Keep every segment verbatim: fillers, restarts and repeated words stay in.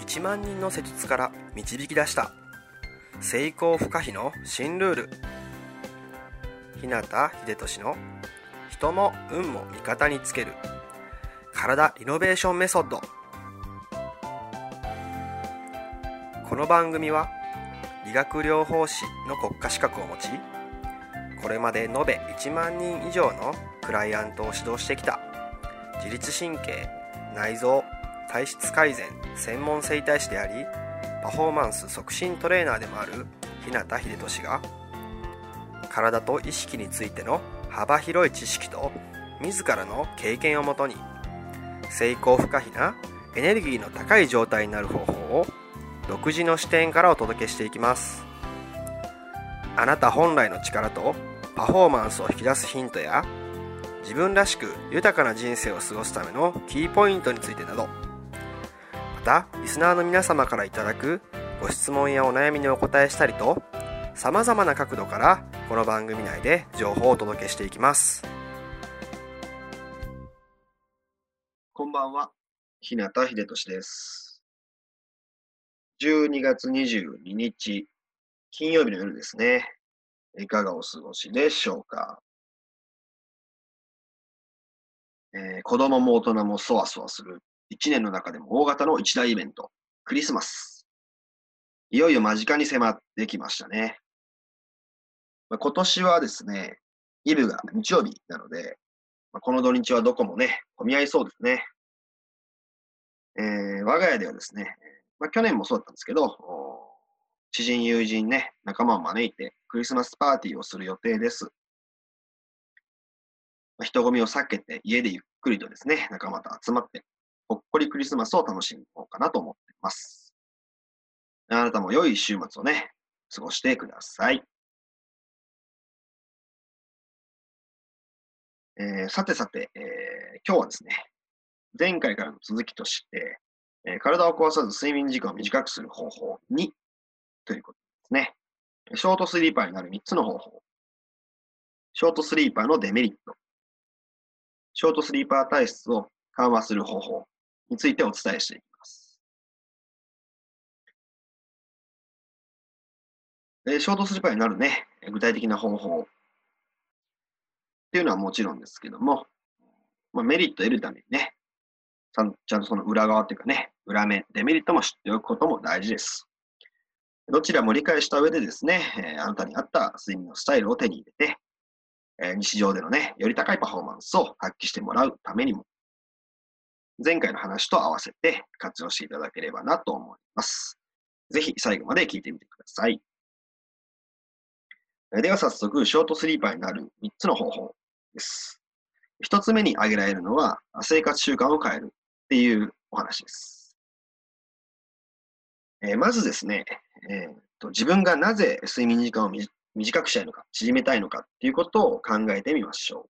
ちまんにんの施術から導き出した成功不可避の新ルール。日向秀俊の人も運も味方につける体リノベーションメソッド。この番組は理学療法士の国家資格を持ち、これまで延べいちまんにん以上のクライアントを指導してきた自律神経、内臓、体質改善専門整体師であり、パフォーマンス促進トレーナーでもある日向秀俊が、体と意識についての幅広い知識と自らの経験をもとに、成功不可避なエネルギーの高い状態になる方法を独自の視点からお届けしていきます。あなた本来の力とパフォーマンスを引き出すヒントや、自分らしく豊かな人生を過ごすためのキーポイントについてなど、またリスナーの皆様からいただくご質問やお悩みにお答えしたりと、さまざまな角度からこの番組内で情報をお届けしていきます。 こんばんは、日向秀俊です。じゅうにがつにじゅうににち、金曜日の夜ですね。いかがお過ごしでしょうか。えー、子供も大人もそわそわするいちねんの中でも大型の一大イベント、クリスマス。いよいよ間近に迫ってきましたね。まあ、今年はですね、イブが日曜日なので、まあ、この土日はどこもね、混み合いそうですね。えー、我が家ではですね、まあ、去年もそうだったんですけど、知人、友人ね、仲間を招いてクリスマスパーティーをする予定です。まあ、人混みを避けて家でゆっくりとですね、仲間と集まって、ほっこりクリスマスを楽しもうかなと思っています。あなたも良い週末をね、過ごしてください。えー、さてさて、えー、今日はですね、前回からの続きとして、えー、体を壊さず睡眠時間を短くする方法にということですね。ショートスリーパーになるみっつの方法。ショートスリーパーのデメリット。ショートスリーパー体質を緩和する方法についてお伝えしていきます。で、ショートスリーパーになるね、具体的な方法っていうのはもちろんですけども、まあ、メリットを得るためにね、ちゃんちゃんとその裏側っていうかね、裏面、デメリットも知っておくことも大事です。どちらも理解した上でですね、えー、あなたに合った睡眠のスタイルを手に入れて、えー、日常でのね、より高いパフォーマンスを発揮してもらうためにも、前回の話と合わせて活用していただければなと思います。ぜひ最後まで聞いてみてください。では早速、ショートスリーパーになるみっつの方法です。ひとつめに挙げられるのは、生活習慣を変えるっていうお話です。えー、まずですね、えーと、自分がなぜ睡眠時間を短くしたいのか、縮めたいのかっていうことを考えてみましょ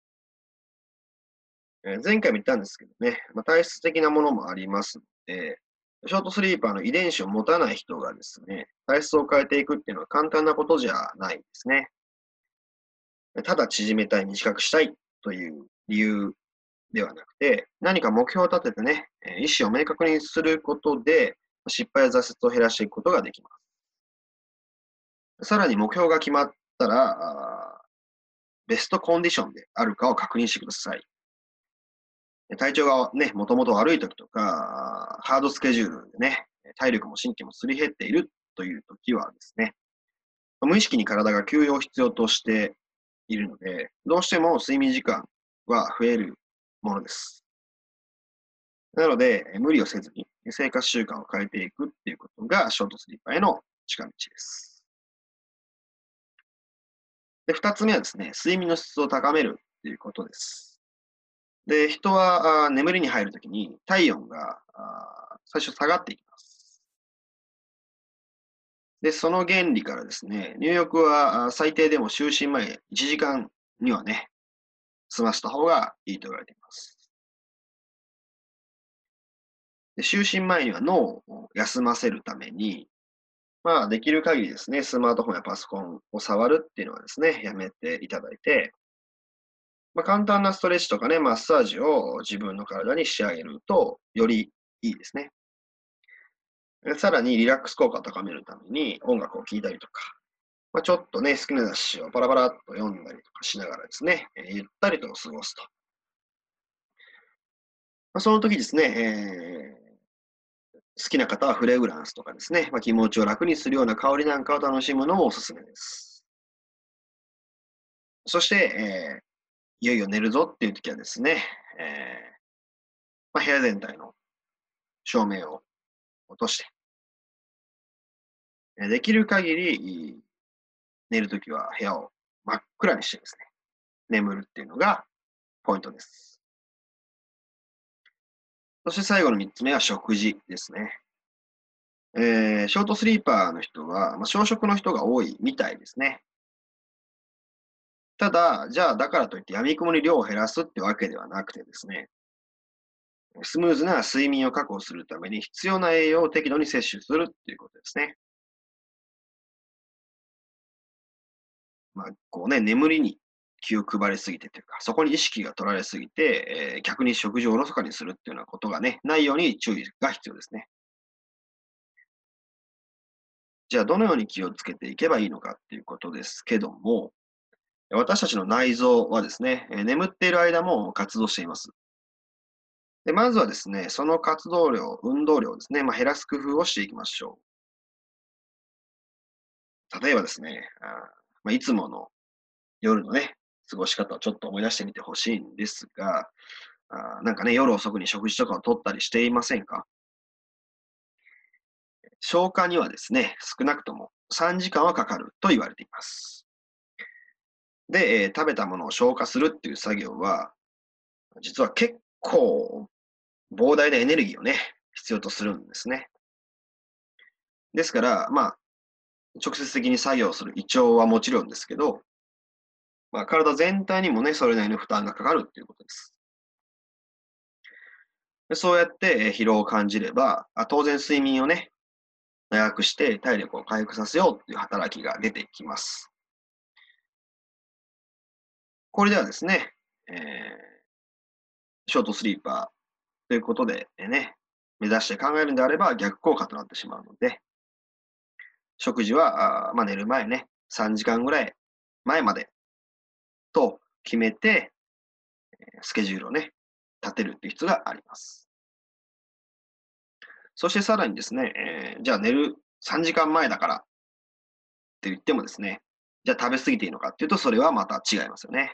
う。えー、前回も言ったんですけどね、まあ、体質的なものもありますので、ショートスリーパーの遺伝子を持たない人がですね、体質を変えていくっていうのは簡単なことじゃないんですね。ただ縮めたい、短くしたいという理由ではなくて、何か目標を立ててね、意思を明確にすることで、失敗や挫折を減らしていくことができます。さらに目標が決まったら、ベストコンディションであるかを確認してください。体調がね、もともと悪い時とか、ハードスケジュールでね、体力も神経もすり減っているという時はですね、無意識に体が休養を必要としているので、どうしても睡眠時間は増えるものです。なので、無理をせずに生活習慣を変えていくっていうことがショートスリーパーへの近道です。で、二つ目はですね、睡眠の質を高めるっていうことです。で、人はあ眠りに入るときに体温があ最初下がっていきます。で、その原理からですね、入浴はあ最低でも就寝前いちじかんにはね、済ませた方がいいと言われています。で、就寝前には脳を休ませるために、まあ、できる限りですね、スマートフォンやパソコンを触るっていうのはですね、やめていただいて、まあ、簡単なストレッチとかね、マッサージを自分の体にしてあげると、よりいいですね。 でさらにリラックス効果を高めるために音楽を聴いたりとか、まあ、ちょっとね、好きな雑誌をパラパラっと読んだりとかしながらですね、えーゆったりと過ごすと。まあ、その時ですね、えー好きな方はフレグランスとかですね、まあ、気持ちを楽にするような香りなんかを楽しむのもおすすめです。そして、えーいよいよ寝るぞっていう時はですね、えーまあ、部屋全体の照明を落として、えーできる限り寝るときは部屋を真っ暗にしてですね、眠るっていうのがポイントです。そして最後のみっつめは食事ですね。えーショートスリーパーの人は、まあ、小食の人が多いみたいですね。ただ、じゃあだからといって闇雲に量を減らすってわけではなくてですね、スムーズな睡眠を確保するために必要な栄養を適度に摂取するっていうことですね。まあ、こうね、眠りに気を配りすぎてというか、そこに意識が取られすぎて、えー逆に食事をおろそかにするっていうようなことがね、ないように注意が必要ですね。じゃあ、どのように気をつけていけばいいのかっていうことですけども、私たちの内臓はですね、えー眠っている間も活動しています。で、まずはですね、その活動量、運動量をですね、まあ、減らす工夫をしていきましょう。例えばですね、あーまあ、いつもの夜のね、過ごし方をちょっと思い出してみてほしいんですが、あーなんかね、夜遅くに食事とかをとったりしていませんか？消化にはですね、少なくともさんじかんはかかると言われています。で、えー食べたものを消化するっていう作業は、実は結構膨大なエネルギーをね、必要とするんですね。ですから、まあ、直接的に作業する胃腸はもちろんですけど、まあ、体全体にもね、それなりの負担がかかるっていうことです。でそうやってえー疲労を感じれば、あ当然睡眠をね、長くして体力を回復させようっていう働きが出てきます。これではですね、えーショートスリーパーということで、えーね、目指して考えるんであれば逆効果となってしまうので、食事は、あまあ、寝る前ね、さんじかんぐらい前までと決めて、スケジュールをね、立てるっていう必要があります。そしてさらにですね、えーじゃあ寝るさんじかんまえだからって言ってもですね、じゃあ食べ過ぎていいのかっていうと、それはまた違いますよね。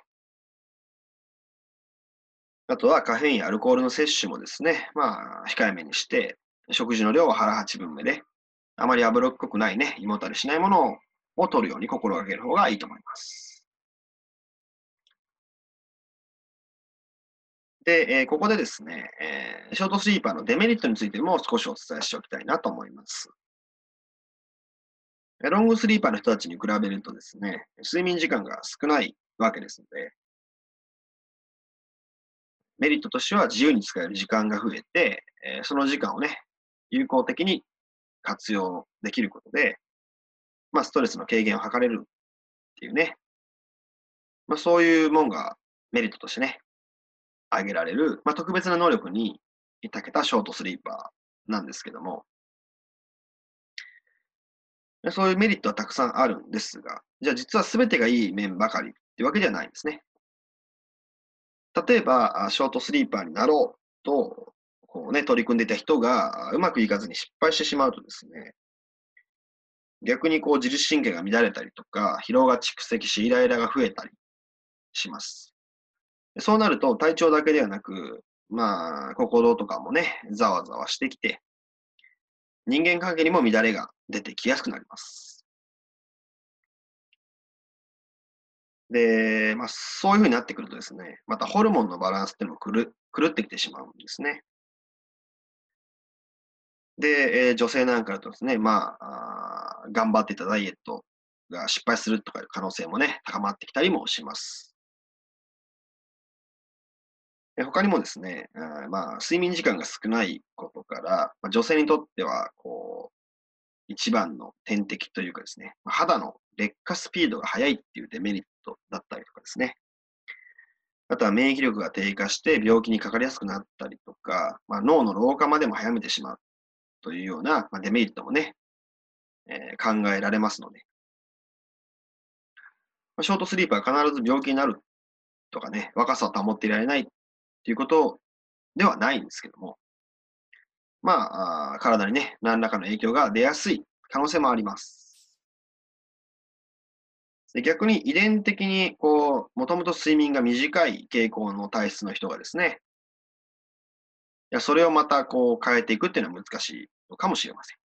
あとはカフェインやアルコールの摂取もですね、まあ、控えめにして、食事の量は腹八分目で、あまり脂っこくないね、胃もたれしないものを取るように心がける方がいいと思います。で、えーここでですね、えーショートスリーパーのデメリットについても少しお伝えしておきたいなと思います。ロングスリーパーの人たちに比べるとですね、睡眠時間が少ないわけですので、メリットとしては自由に使える時間が増えて、えーその時間をね、有効的に活用できることで、まあ、ストレスの軽減を図れるっていうね、まあ、そういうもんがメリットとしてね、挙げられる、まあ、特別な能力に長けたショートスリーパーなんですけども、そういうメリットはたくさんあるんですが、じゃあ実は全てがいい面ばかりっていうわけではないんですね。例えば、ショートスリーパーになろうと、こうね、取り組んでいた人がうまくいかずに失敗してしまうとですね、逆にこう自律神経が乱れたりとか、疲労が蓄積し、イライラが増えたりします。そうなると体調だけではなく、まあ、心とかもね、ざわざわしてきて、人間関係にも乱れが出てきやすくなります。で、まあ、そういう風になってくるとですね、またホルモンのバランスっていうのも狂狂ってきてしまうんですね。で、えー女性なんかだとですね、まあ、あー頑張っていたダイエットが失敗するとかいう可能性もね、高まってきたりもします。え他にもですね、あーまあ、睡眠時間が少ないことから、まあ、女性にとっては、こう、一番の天敵というかですね、まあ肌の劣化スピードが速いっていうデメリットだったりとかですね。あとは免疫力が低下して病気にかかりやすくなったりとか、まあ、脳の老化までも早めてしまうというようなデメリットもね、えー、考えられますので、ショートスリーパーは必ず病気になるとかね、若さを保っていられないっていうことではないんですけども、まあ、あ体にね、何らかの影響が出やすい可能性もあります。で逆に遺伝的に、こう、もともと睡眠が短い傾向の体質の人がですね、いやそれをまたこう変えていくっていうのは難しいのかもしれません。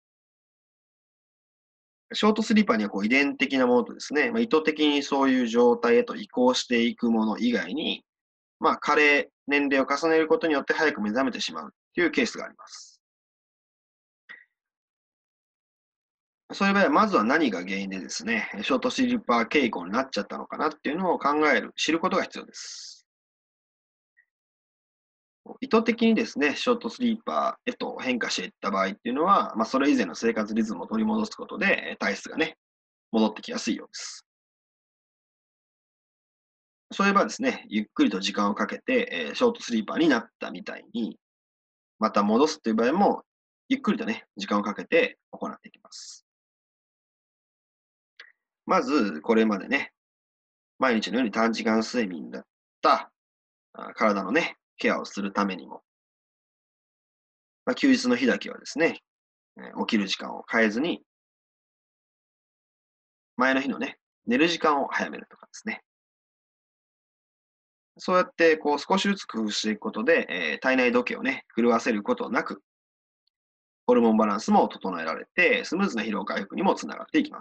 ショートスリーパーにはこう遺伝的なものとですね、まあ、意図的にそういう状態へと移行していくもの以外に、まあ、加齢、年齢を重ねることによって早く目覚めてしまうというケースがあります。そういう場合は、まずは何が原因でですね、ショートスリーパー傾向になっちゃったのかなっていうのを考える、知ることが必要です。意図的にですね、ショートスリーパーへと変化していった場合っていうのは、まあ、それ以前の生活リズムを取り戻すことで、体質がね、戻ってきやすいようです。そういえばですね、ゆっくりと時間をかけて、えーショートスリーパーになったみたいに、また戻すという場合も、ゆっくりとね、時間をかけて行っていきます。まず、これまでね、毎日のように短時間睡眠だったあ体のね、ケアをするためにも、まあ、休日の日だけはですね、えー起きる時間を変えずに、前の日のね、寝る時間を早めるとかですね。そうやって、こう、少しずつ工夫していくことで、えー体内時計をね、狂わせることなく、ホルモンバランスも整えられて、スムーズな疲労回復にもつながっていきます。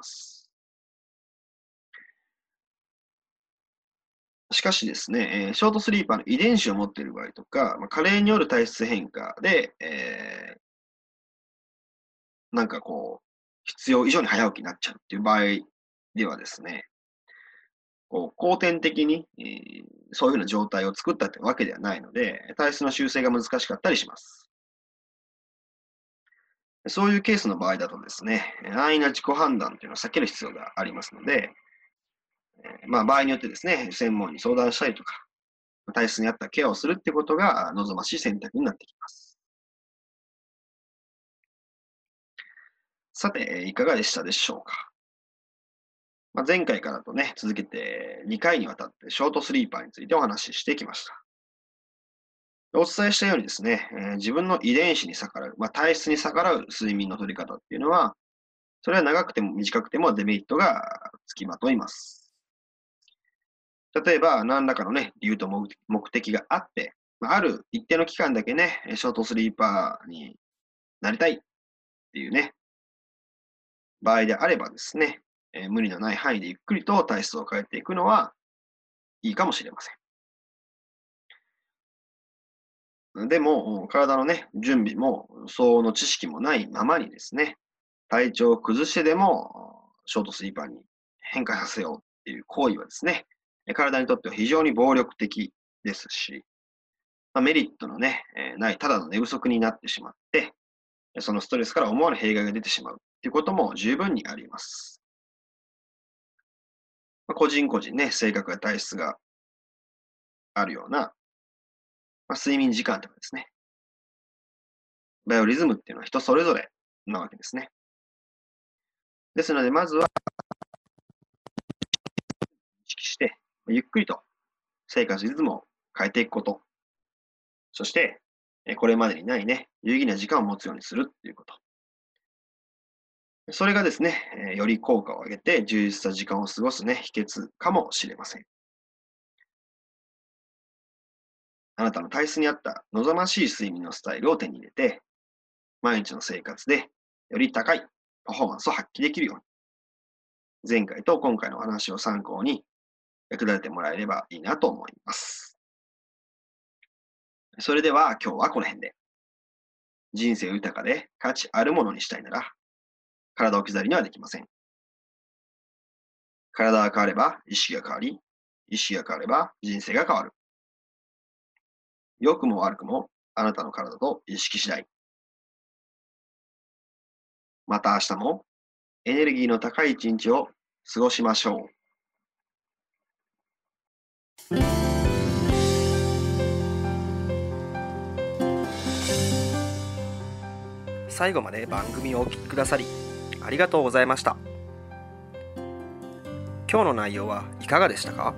しかしですね、えーショートスリーパーの遺伝子を持っている場合とか、まあ、加齢による体質変化で、えーなんかこう、必要以上に早起きになっちゃうっていう場合ではですね、こう後天的に、えーそういうような状態を作ったってわけではないので、体質の修正が難しかったりします。そういうケースの場合だとですね、安易な自己判断というのを避ける必要がありますので、えーまあ、場合によってですね、専門に相談したりとか、体質に合ったケアをするってことが望ましい選択になってきます。さて、いかがでしたでしょうか。まあ、前回からとね、続けてにかいにわたってショートスリーパーについてお話ししてきました。お伝えしたようにですね、えー自分の遺伝子に逆らう、まあ、体質に逆らう睡眠の取り方っていうのは、それは長くても短くてもデメリットがつきまといます。例えば、何らかのね、理由と目目的があって、まあある一定の期間だけね、ショートスリーパーになりたいっていうね、場合であればですね、えー無理のない範囲でゆっくりと体質を変えていくのはいいかもしれません。でも、体のね、準備も相応の知識もないままにですね、体調を崩してでも、ショートスリーパーに変化させようっていう行為はですね、体にとっては非常に暴力的ですし、まあ、メリットのね、えーないただの寝不足になってしまって、そのストレスから思わぬ弊害が出てしまうっていうことも十分にあります。まあ、個人個人ね、性格や体質があるような、まあ、睡眠時間とかですね、バイオリズムっていうのは人それぞれなわけですね。ですので、まずは意識して、ゆっくりと生活リズムを変えていくこと。そして、これまでにないね、有意義な時間を持つようにするっていうこと。それがですね、より効果を上げて充実した時間を過ごすね、秘訣かもしれません。あなたの体質に合った望ましい睡眠のスタイルを手に入れて、毎日の生活でより高いパフォーマンスを発揮できるように、前回と今回のお話を参考に役立ててもらえればいいなと思います。それでは今日はこの辺で。人生を豊かで価値あるものにしたいなら、体を置き去りにはできません。体が変われば意識が変わり、意識が変われば人生が変わる。良くも悪くもあなたの体と意識次第。また明日もエネルギーの高い一日を過ごしましょう。 最後まで番組をお聞きくださりありがとうございました。今日の内容はいかがでしたか？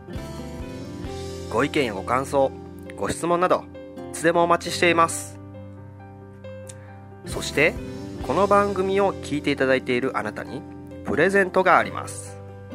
ご意見やご感想、ご質問などいつでもお待ちしています。そしてこの番組を聞いていただいているあなたにプレゼントがあります。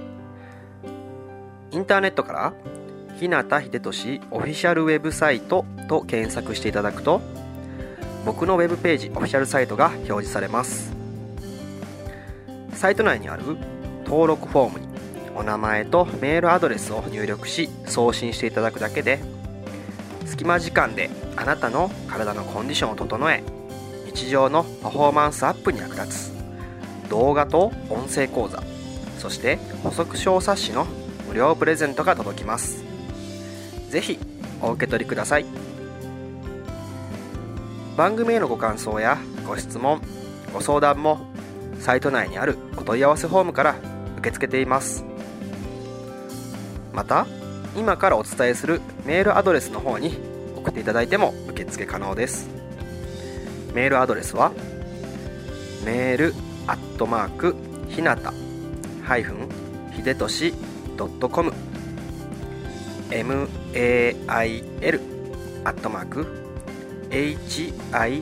インターネットから日向秀俊オフィシャルウェブサイトと検索していただくと、僕のウェブページオフィシャルサイトが表示されます。サイト内にある登録フォームにお名前とメールアドレスを入力し送信していただくだけで、隙間時間であなたの体のコンディションを整え、日常のパフォーマンスアップに役立つ動画と音声講座、そして補足小冊子の無料プレゼントが届きます。ぜひお受け取りください。番組へのご感想やご質問、ご相談もサイト内にあるお問い合わせフォームから受け付けています。また今からお伝えするメールアドレスの方に送っていただいても受付可能です。メールアドレスはメールアットマークひなたハイフンひでとしドットコム メールアットマーク ヒナタ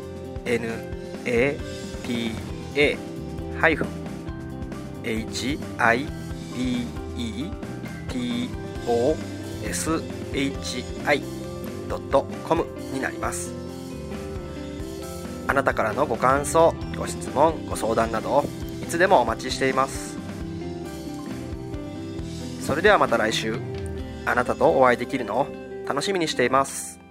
ハイフン ヒビトシドットコム になります。あなたからのご感想、ご質問、ご相談などいつでもお待ちしています。それではまた来週、あなたとお会いできるのを楽しみにしています。